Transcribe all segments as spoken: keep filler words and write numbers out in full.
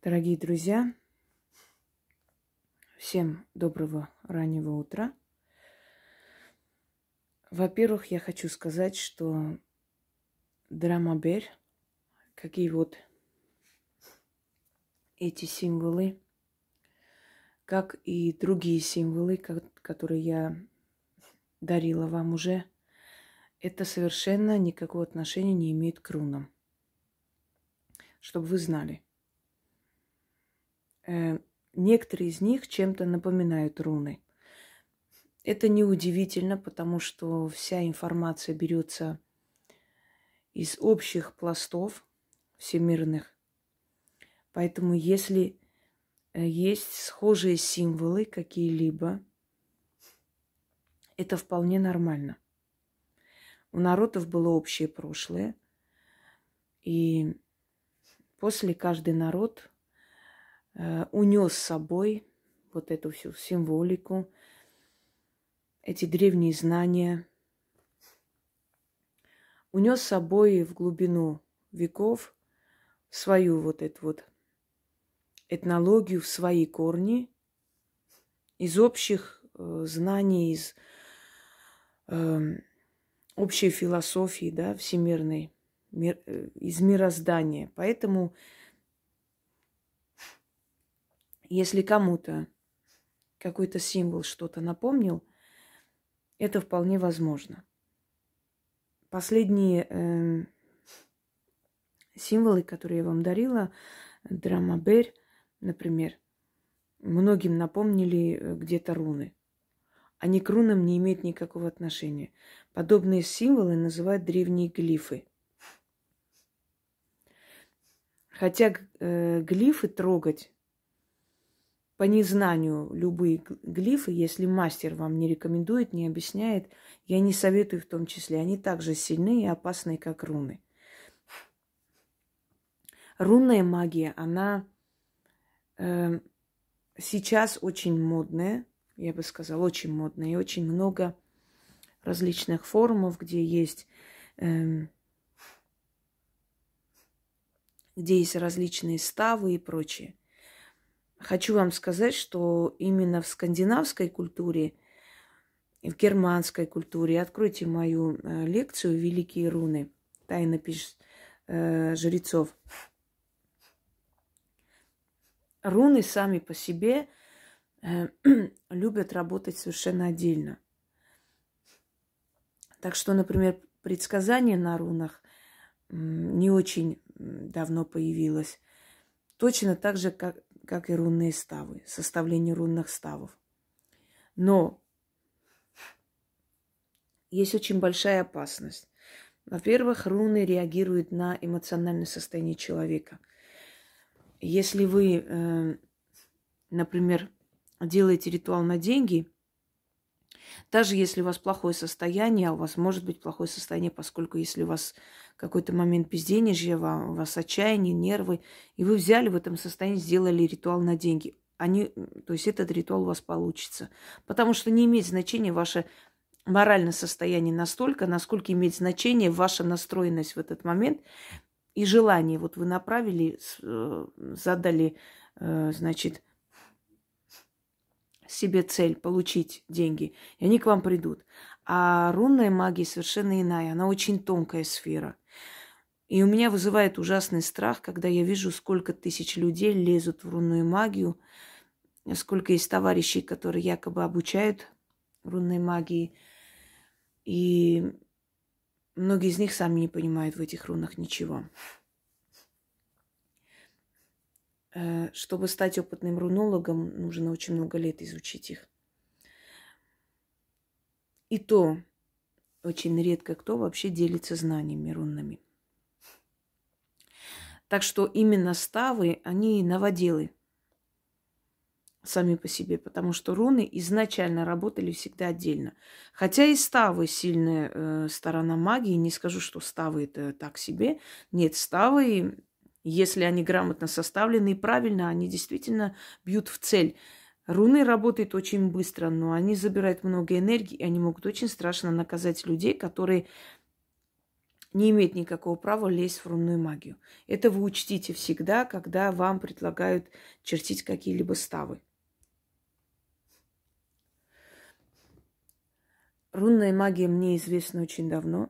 Дорогие друзья, всем доброго раннего утра. Во-первых, я хочу сказать, что Драмабер, какие вот эти символы, как и другие символы, которые я дарила вам уже, это совершенно никакого отношения не имеет к рунам. Чтобы вы знали. Некоторые из них чем-то напоминают руны. Это неудивительно, потому что вся информация берется из общих пластов всемирных. Поэтому если есть схожие символы какие-либо, это вполне нормально. У народов было общее прошлое, и после каждый народ э, унес с собой вот эту всю символику, эти древние знания, унес с собой в глубину веков свою вот эту вот этнологию, в свои корни, из общих э, знаний, из э, общей философии, да, всемирной, мир, э, из мироздания. Поэтому, если кому-то какой-то символ что-то напомнил, это вполне возможно. Последние э, символы, которые я вам дарила, Драмабер, например, многим напомнили где-то руны. Они к рунам не имеют никакого отношения. Подобные символы называют древние глифы. Хотя э, глифы трогать по незнанию, любые глифы, если мастер вам не рекомендует, не объясняет, я не советую в том числе. Они также сильны и опасны, как руны. Рунная магия, она э, сейчас очень модная, я бы сказала, очень модная. И очень много различных форумов, где есть, э, где есть различные ставы и прочее. Хочу вам сказать, что именно в скандинавской культуре, в германской культуре, откройте мою э, лекцию «Великие руны. Тайна пиш... э, жрецов». Руны сами по себе э, любят работать совершенно отдельно. Так что, например, предсказание на рунах э, не очень давно появилось. Точно так же, как, как и рунные ставы, составление рунных ставов. Но есть очень большая опасность. Во-первых, руны реагируют на эмоциональное состояние человека. Если вы, э, например, делаете ритуал на деньги, даже если у вас плохое состояние, а у вас может быть плохое состояние, поскольку если у вас какой-то момент безденежья, у вас отчаяние, нервы, и вы взяли в этом состоянии, сделали ритуал на деньги, они, то есть этот ритуал у вас получится. Потому что не имеет значения ваше моральное состояние настолько, насколько имеет значение ваша настроенность в этот момент и желание. Вот вы направили, задали, значит, себе цель получить деньги, и они к вам придут. А рунная магия совершенно иная, она очень тонкая сфера. И у меня вызывает ужасный страх, когда я вижу, сколько тысяч людей лезут в рунную магию, сколько есть товарищей, которые якобы обучают рунной магии, и многие из них сами не понимают в этих рунах ничего. Чтобы стать опытным рунологом, нужно очень много лет изучить их. И то очень редко кто вообще делится знаниями рунными. Так что именно ставы, они новоделы сами по себе, потому что руны изначально работали всегда отдельно. Хотя и ставы сильная э, сторона магии, не скажу, что ставы это так себе. Нет, ставы, если они грамотно составлены и правильно, они действительно бьют в цель. Руны работают очень быстро, но они забирают много энергии, и они могут очень страшно наказать людей, которые не имеет никакого права лезть в рунную магию. Это вы учтите всегда, когда вам предлагают чертить какие-либо ставы. Рунная магия мне известна очень давно.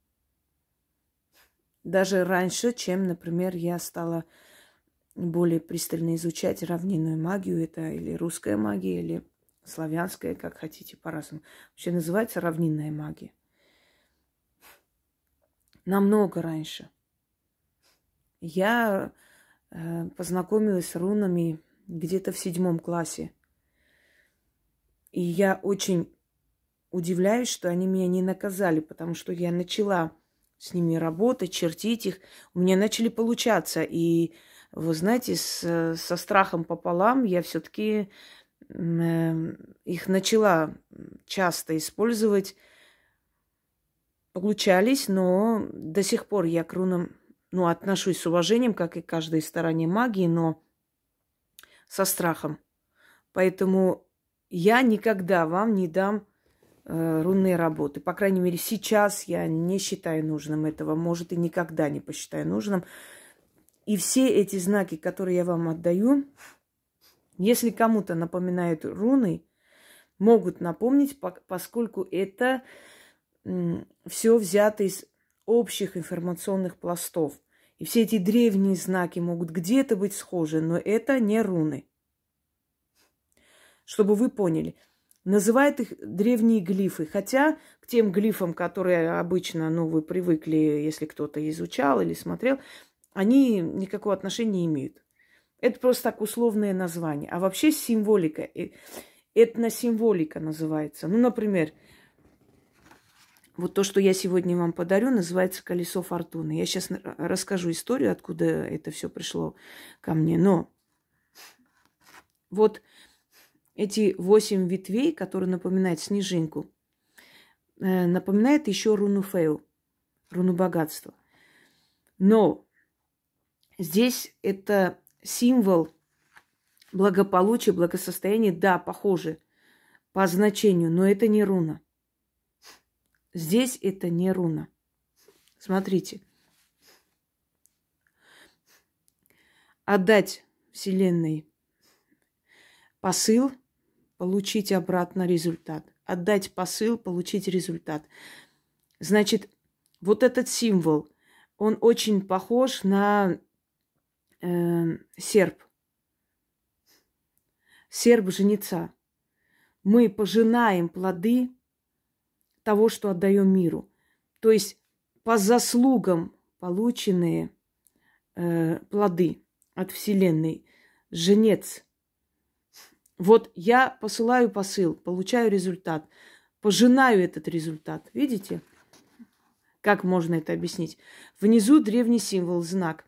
Даже раньше, чем, например, я стала более пристально изучать равнинную магию. Это или русская магия, или славянская, как хотите, по-разному. Вообще называется равнинная магия. Намного раньше. Я э, познакомилась с рунами где-то в седьмом классе. И я очень удивляюсь, что они меня не наказали, потому что я начала с ними работать, чертить их. У меня начали получаться. И, вы знаете, с, со страхом пополам я все-таки э, их начала часто использовать. Получались, но до сих пор я к рунам, ну, отношусь с уважением, как и к каждой стороне магии, но со страхом. Поэтому я никогда вам не дам э, рунные работы. По крайней мере, сейчас я не считаю нужным этого. Может, и никогда не посчитаю нужным. И все эти знаки, которые я вам отдаю, если кому-то напоминают руны, могут напомнить, поскольку это все взято из общих информационных пластов. И все эти древние знаки могут где-то быть схожи, но это не руны. Чтобы вы поняли. Называют их древние глифы. Хотя к тем глифам, которые обычно, ну, вы привыкли, если кто-то изучал или смотрел, они никакого отношения не имеют. Это просто так условное название. А вообще символика, этносимволика называется. Ну, например, вот то, что я сегодня вам подарю, называется «Колесо фортуны». Я сейчас расскажу историю, откуда это все пришло ко мне. Но вот эти восемь ветвей, которые напоминают снежинку, напоминает еще руну Фейл, руну богатства. Но здесь это символ благополучия, благосостояния, да, похоже по значению, но это не руна. Здесь это не руна. Смотрите. Отдать Вселенной посыл, получить обратно результат. Отдать посыл, получить результат. Значит, вот этот символ, он очень похож на э, серп. Серп жнеца. Мы пожинаем плоды того, что отдаем миру. То есть по заслугам полученные э, плоды от Вселенной. Жнец. Вот я посылаю посыл, получаю результат. Пожинаю этот результат. Видите? Как можно это объяснить? Внизу древний символ, знак.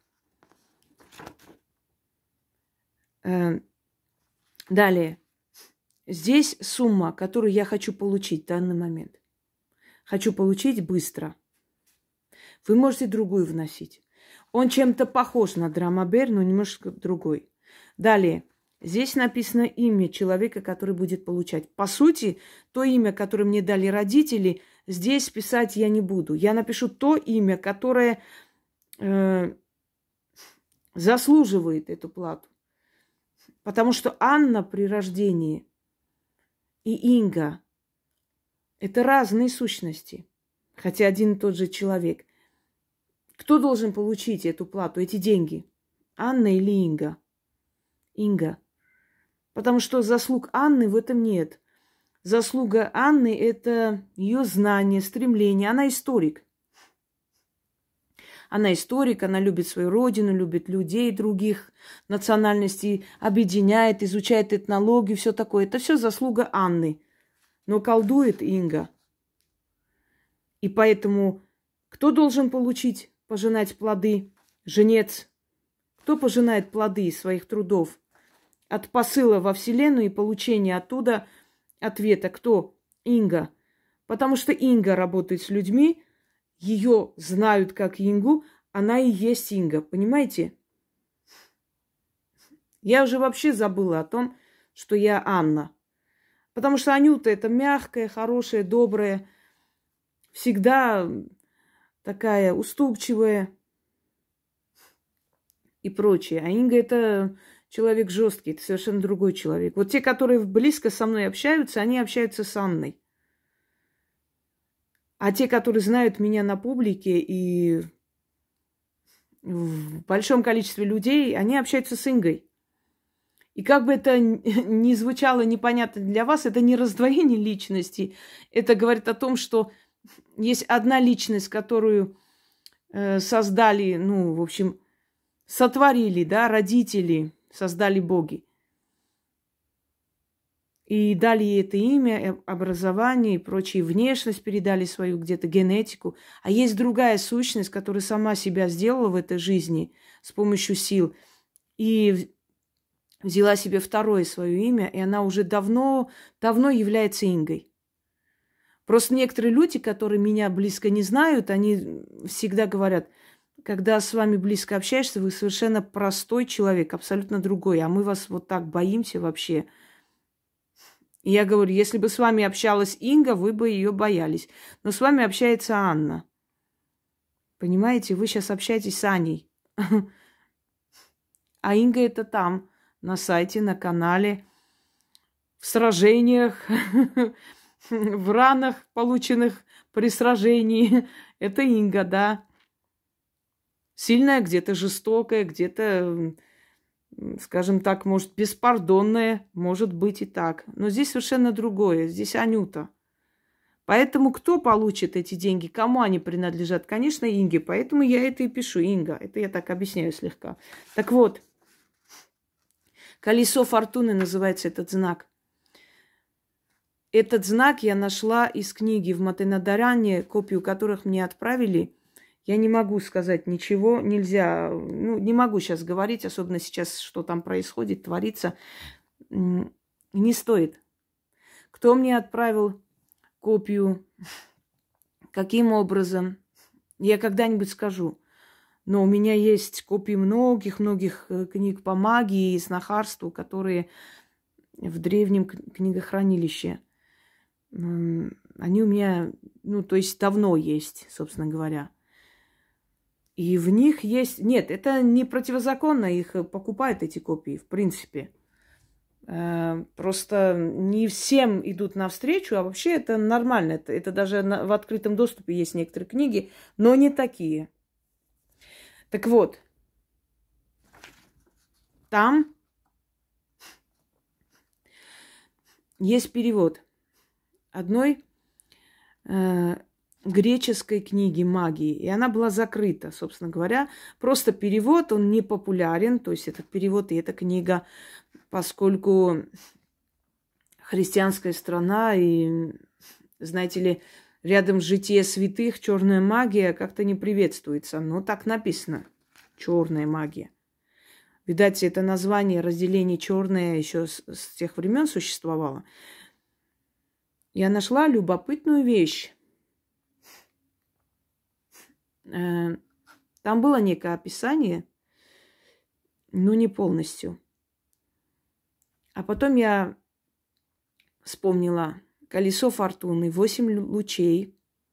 Э, далее. Здесь сумма, которую я хочу получить в данный момент. Хочу получить быстро. Вы можете другую вносить. Он чем-то похож на драмабер, но немножко другой. Далее. Здесь написано имя человека, который будет получать. По сути, то имя, которое мне дали родители, здесь писать я не буду. Я напишу то имя, которое э, заслуживает эту плату. Потому что Анна при рождении и Инга – это разные сущности, хотя один и тот же человек. Кто должен получить эту плату, эти деньги? Анна или Инга? Инга. Потому что заслуг Анны в этом нет. Заслуга Анны – это ее знание, стремление. Она историк. Она историк, она любит свою родину, любит людей других национальностей, объединяет, изучает этнологию, все такое. Это все заслуга Анны. Но колдует Инга. И поэтому кто должен получить, пожинать плоды? Жнец. Кто пожинает плоды своих трудов? От посыла во Вселенную и получения оттуда ответа. Кто? Инга. Потому что Инга работает с людьми, ее знают как Ингу, она и есть Инга. Понимаете? Я уже вообще забыла о том, что я Анна. Потому что Анюта это мягкая, хорошая, добрая, всегда такая уступчивая и прочее. А Инга это человек жесткий, это совершенно другой человек. Вот те, которые близко со мной общаются, они общаются с Анной. А те, которые знают меня на публике и в большом количестве людей, они общаются с Ингой. И как бы это ни звучало непонятно для вас, это не раздвоение личности. Это говорит о том, что есть одна личность, которую э, создали, ну, в общем, сотворили, да, родители, создали боги. И дали ей это имя, образование и прочее, внешность передали свою, где-то генетику. А есть другая сущность, которая сама себя сделала в этой жизни с помощью сил. И взяла себе второе свое имя, и она уже давно, давно является Ингой. Просто некоторые люди, которые меня близко не знают, они всегда говорят, когда с вами близко общаешься, вы совершенно простой человек, абсолютно другой, а мы вас вот так боимся вообще. И я говорю, если бы с вами общалась Инга, вы бы ее боялись. Но с вами общается Анна. Понимаете, вы сейчас общаетесь с Аней. А Инга это там, на сайте, на канале, в сражениях, в ранах, полученных при сражении. Это Инга, да. Сильная, где-то жестокая, где-то, скажем так, может, беспардонная. Может быть и так. Но здесь совершенно другое. Здесь Анюта. Поэтому кто получит эти деньги? Кому они принадлежат? Конечно, Инге. Поэтому я это и пишу. Инга. Это я так объясняю слегка. Так вот. Колесо фортуны называется этот знак. Этот знак я нашла из книги в Матенадаране, копию которых мне отправили. Я не могу сказать ничего, нельзя, ну, не могу сейчас говорить, особенно сейчас, что там происходит, творится. Не стоит. Кто мне отправил копию, каким образом, я когда-нибудь скажу. Но у меня есть копии многих-многих книг по магии и снохарству, которые в древнем книгохранилище. Они у меня, ну, то есть давно есть, собственно говоря. И в них есть... Нет, это не противозаконно, их покупают, эти копии, в принципе. Просто не всем идут навстречу, а вообще это нормально. Это, это даже в открытом доступе есть некоторые книги, но не такие. Так вот, там есть перевод одной э, греческой книги магии, и она была закрыта, собственно говоря. Просто перевод, он не популярен, то есть этот перевод и эта книга, поскольку христианская страна и, знаете ли, рядом с житие святых черная магия как-то не приветствуется. Но так написано. Черная магия. Видать, это название разделения черное еще с, с тех времен существовало. Я нашла любопытную вещь. Там было некое описание, но не полностью. А потом я вспомнила колесо фортуны, восемь лучей,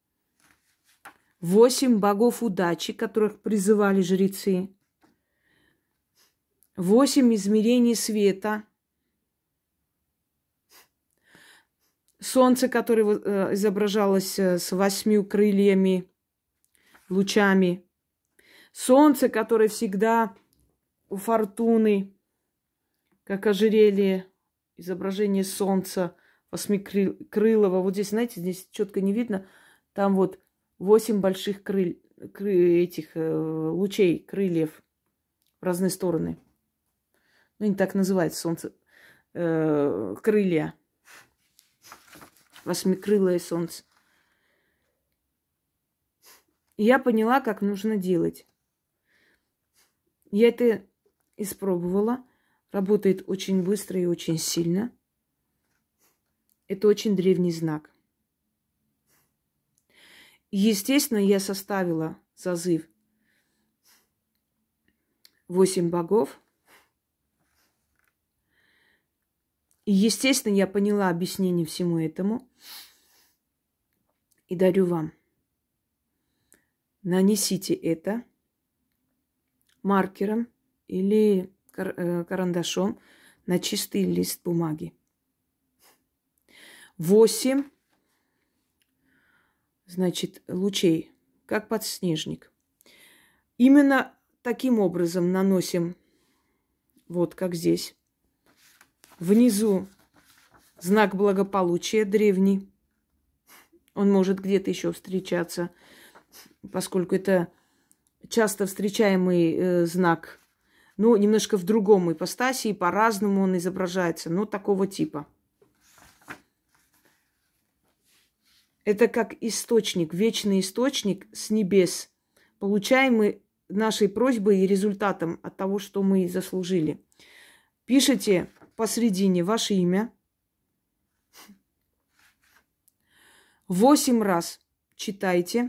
восемь богов удачи, которых призывали жрецы, восемь измерений света, солнце, которое изображалось с восьмью крыльями, лучами, солнце, которое всегда у фортуны, как ожерелье, изображение солнца, восьмикрылого. Вот здесь, знаете, здесь четко не видно. Там вот восемь больших крыль, кры, этих э, лучей, крыльев в разные стороны. Ну, не так называется солнце. Э, крылья. Восьмикрылое солнце. И я поняла, как нужно делать. Я это испробовала. Работает очень быстро и очень сильно. Это очень древний знак. Естественно, я составила созыв восемь богов. И, естественно, я поняла объяснение всему этому. И дарю вам. нанесите это маркером или карандашом на чистый лист бумаги. Восемь, значит, лучей, как подснежник. Именно таким образом наносим, вот как здесь. Внизу знак благополучия древний. Он может где-то еще встречаться, поскольку это часто встречаемый э, знак. Ну, немножко в другом ипостаси, и по-разному он изображается, но такого типа. Это как источник, вечный источник с небес, получаемый нашей просьбой и результатом от того, что мы заслужили. Пишите посредине ваше имя. Восемь раз читайте.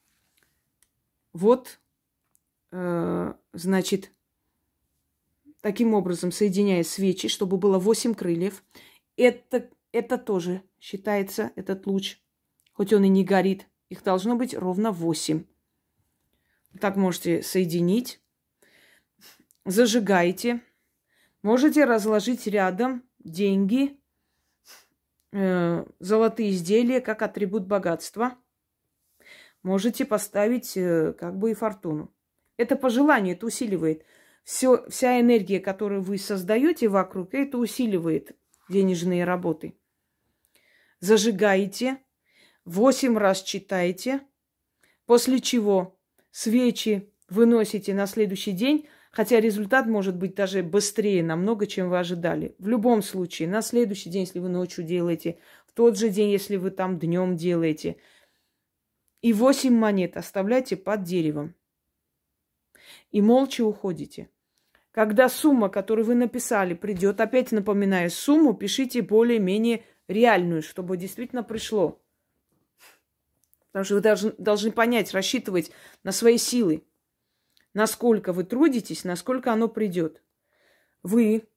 Вот, э, значит, таким образом соединяя свечи, чтобы было восемь крыльев. Это, это тоже считается, этот луч, хоть он и не горит, их должно быть ровно восемь. Так можете соединить. Зажигаете. Можете разложить рядом деньги, э, золотые изделия, как атрибут богатства. Можете поставить э, как бы и фортуну. Это по желанию, это усиливает. Все, вся энергия, которую вы создаете вокруг, это усиливает денежные работы. Зажигаете. Восемь раз читаете. После чего свечи выносите на следующий день, хотя результат может быть даже быстрее намного, чем вы ожидали. В любом случае, на следующий день, если вы ночью делаете, в тот же день, если вы там днем делаете. И восемь монет оставляйте под деревом. И молча уходите. Когда сумма, которую вы написали, придет, опять напоминаю, сумму пишите более-менее реальную, чтобы действительно пришло. Потому что вы должны, должны понять, рассчитывать на свои силы. Насколько вы трудитесь, насколько оно придет. Вы,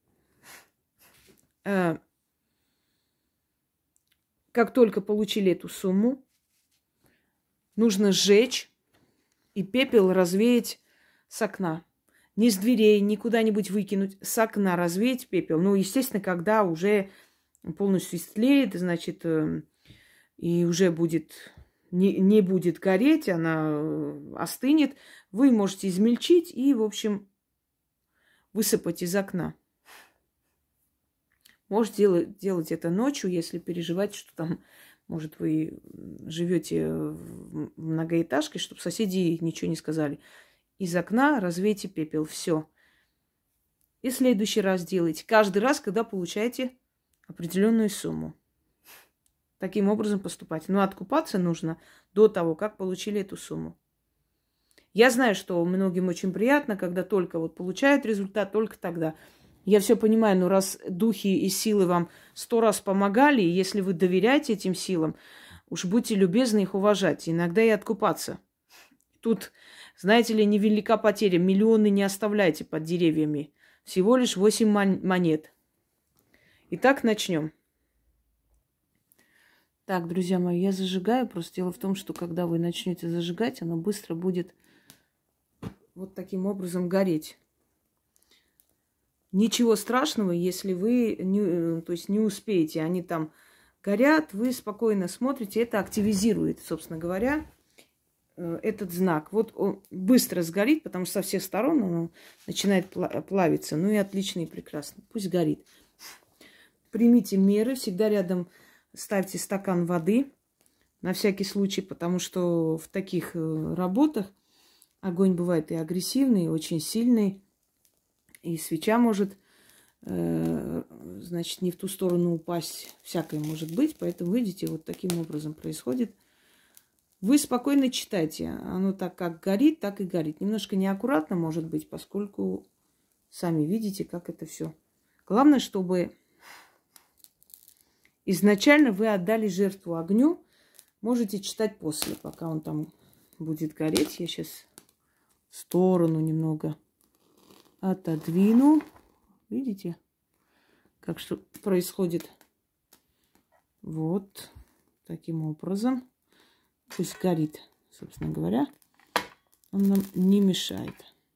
э, как только получили эту сумму, нужно сжечь и пепел развеять с окна. Не с дверей, не куда-нибудь выкинуть, с окна развеять пепел. Ну, естественно, когда уже полностью истлеет, значит, э, и уже будет... Не, не будет гореть, она остынет, вы можете измельчить и, в общем, высыпать из окна. Можете делать, делать это ночью, если переживаете, что там, может, вы живете в многоэтажке, чтобы соседи ничего не сказали. Из окна развейте пепел. Все. И в следующий раз делайте. Каждый раз, когда получаете определенную сумму. Таким образом поступать. Но откупаться нужно до того, как получили эту сумму. Я знаю, что многим очень приятно, когда только вот получают результат, только тогда. Я все понимаю, но раз духи и силы вам сто раз помогали, и если вы доверяете этим силам, уж будьте любезны их уважать, иногда и откупаться. Тут, знаете ли, невелика потеря. Миллионы не оставляйте под деревьями. Всего лишь восемь монет. Итак, начнем. Так, друзья мои, я зажигаю. Просто дело в том, что когда вы начнете зажигать, оно быстро будет вот таким образом гореть. Ничего страшного, если вы не, то есть не успеете. Они там горят, вы спокойно смотрите. Это активизирует, собственно говоря, этот знак. Вот он быстро сгорит, потому что со всех сторон он начинает плавиться. Ну и отлично и прекрасно. Пусть горит. Примите меры. Всегда рядом ставьте стакан воды. На всякий случай, потому что в таких работах огонь бывает и агрессивный, и очень сильный. И свеча может, э, значит, не в ту сторону упасть. Всякое может быть. Поэтому, видите, вот таким образом происходит. Вы спокойно читайте. Оно так как горит, так и горит. Немножко неаккуратно может быть, поскольку сами видите, как это все. Главное, чтобы изначально вы отдали жертву огню. Можете читать после, пока он там будет гореть. Я сейчас в сторону немного отодвину. Видите, как что происходит? Вот таким образом. Пусть горит, собственно говоря. Он нам не мешает.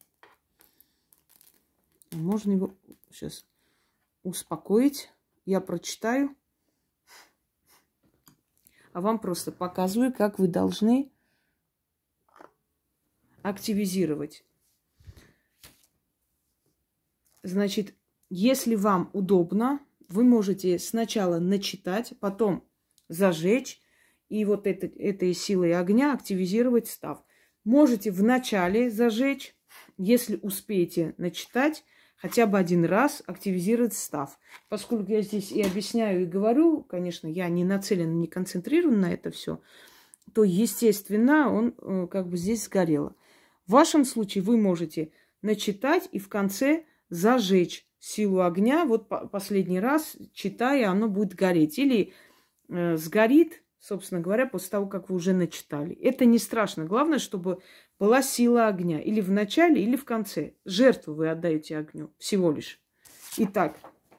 Можно его сейчас успокоить. Я прочитаю. А вам просто показываю, как вы должны активизировать. Значит, если вам удобно, вы можете сначала начитать, потом зажечь и вот это, этой силой огня активизировать став. Можете вначале зажечь, если успеете начитать, хотя бы один раз активизировать став. Поскольку я здесь и объясняю, и говорю, конечно, я не нацелена, не концентрирована на это все, то, естественно, он как бы здесь сгорело. В вашем случае вы можете начитать и в конце зажечь силу огня. Вот последний раз, читая, оно будет гореть. Или э, сгорит, собственно говоря, после того, как вы уже начитали. Это не страшно. Главное, чтобы была сила огня. Или в начале, или в конце. Жертву вы отдаете огню. Всего лишь. Итак,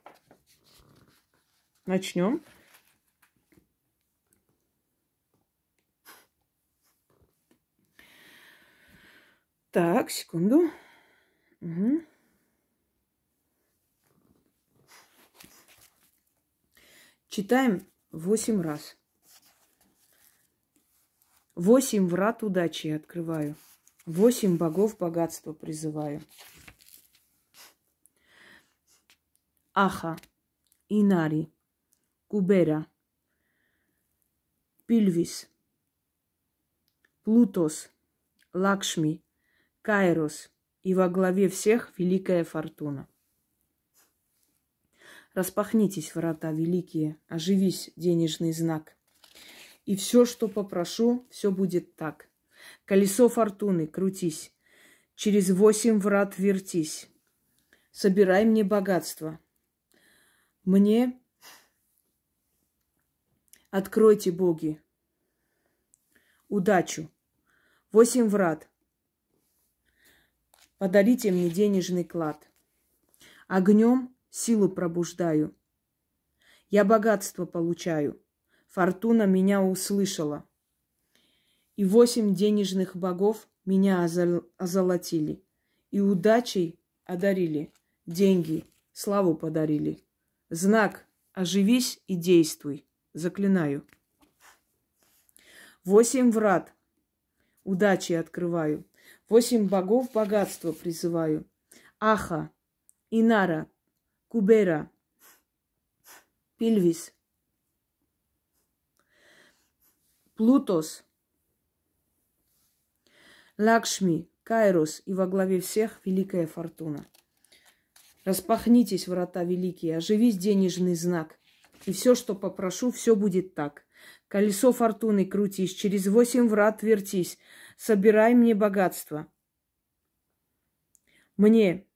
начнем. Так, секунду. Угу. Читаем восемь раз. Восемь врат удачи открываю. Восемь богов богатства призываю. Аха, Инари, Кубера, Пильвис, Плутос, Лакшми, Кайрос и во главе всех великая фортуна. Распахнитесь, врата великие, оживись, денежный знак. И все, что попрошу, все будет так. Колесо фортуны, крутись, через восемь врат вертись. Собирай мне богатство. Мне откройте, боги, удачу. Восемь врат. Подарите мне денежный клад. Огнем силу пробуждаю. Я богатство получаю. Фортуна меня услышала. И восемь денежных богов меня озолотили. И удачей одарили. Деньги, славу подарили. Знак: оживись и действуй. Заклинаю. Восемь врат удачи открываю. Восемь богов богатства призываю. Аха, Инара, Кубера, Пильвис, Плутос, Лакшми, Кайрос и во главе всех великая фортуна. Распахнитесь, врата великие, оживись, денежный знак. И все, что попрошу, все будет так. Колесо фортуны крутись, через восемь врат вертись. Собирай мне богатство. Мне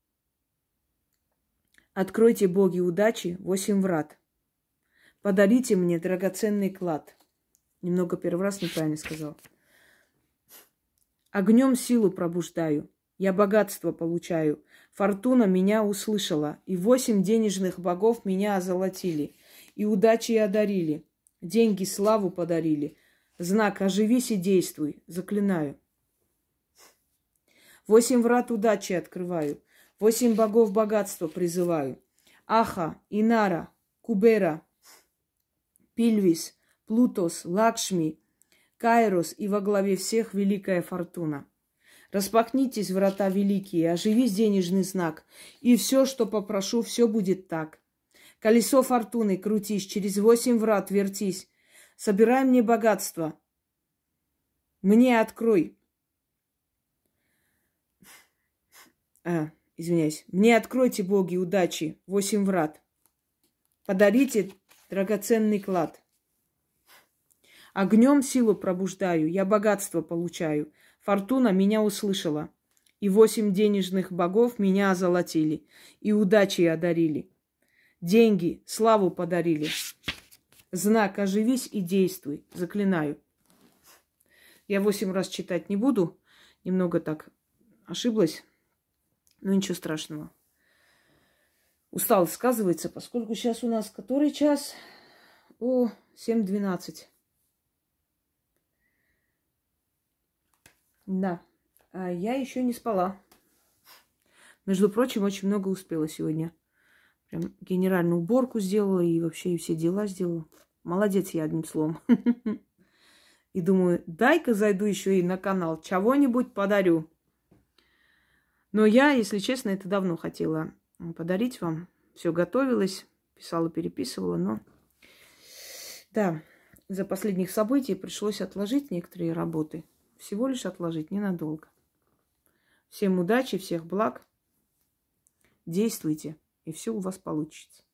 откройте, боги, удачи, восемь врат. Подарите мне драгоценный клад. Немного первый раз неправильно сказал. Огнем силу пробуждаю. Я богатство получаю. Фортуна меня услышала. И восемь денежных богов меня озолотили. И удачи одарили. Деньги, славу подарили. Знак: оживись и действуй. Заклинаю. Восемь врат удачи открываю. Восемь богов богатства призываю. Аха, Инара, Кубера, Пильвис, Плутос, Лакшми, Кайрос и во главе всех великая фортуна. Распахнитесь, врата великие, оживись, денежный знак. И все, что попрошу, все будет так. Колесо фортуны крутись, через восемь врат вертись. Собирай мне богатство. Мне открой. А, извиняюсь. Мне откройте, боги, удачи, восемь врат. Подарите драгоценный клад. Огнем силу пробуждаю, я богатство получаю. Фортуна меня услышала. И восемь денежных богов меня озолотили. И удачи одарили. Деньги, славу подарили. Знак: оживись и действуй. Заклинаю. Я восемь раз читать не буду. Немного так ошиблась. Но ничего страшного. Усталость сказывается, поскольку сейчас у нас который час? О, семь двенадцать. Да. А я еще не спала. Между прочим, очень много успела сегодня. Прям генеральную уборку сделала и вообще все дела сделала. Молодец я, одним словом. И думаю, дай-ка зайду еще и на канал, чего-нибудь подарю. Но я, если честно, это давно хотела подарить вам. Все готовилась, писала, переписывала, но... Да, из-за последних событий пришлось отложить некоторые работы. Всего лишь отложить, ненадолго. Всем удачи, всех благ. Действуйте, и все у вас получится.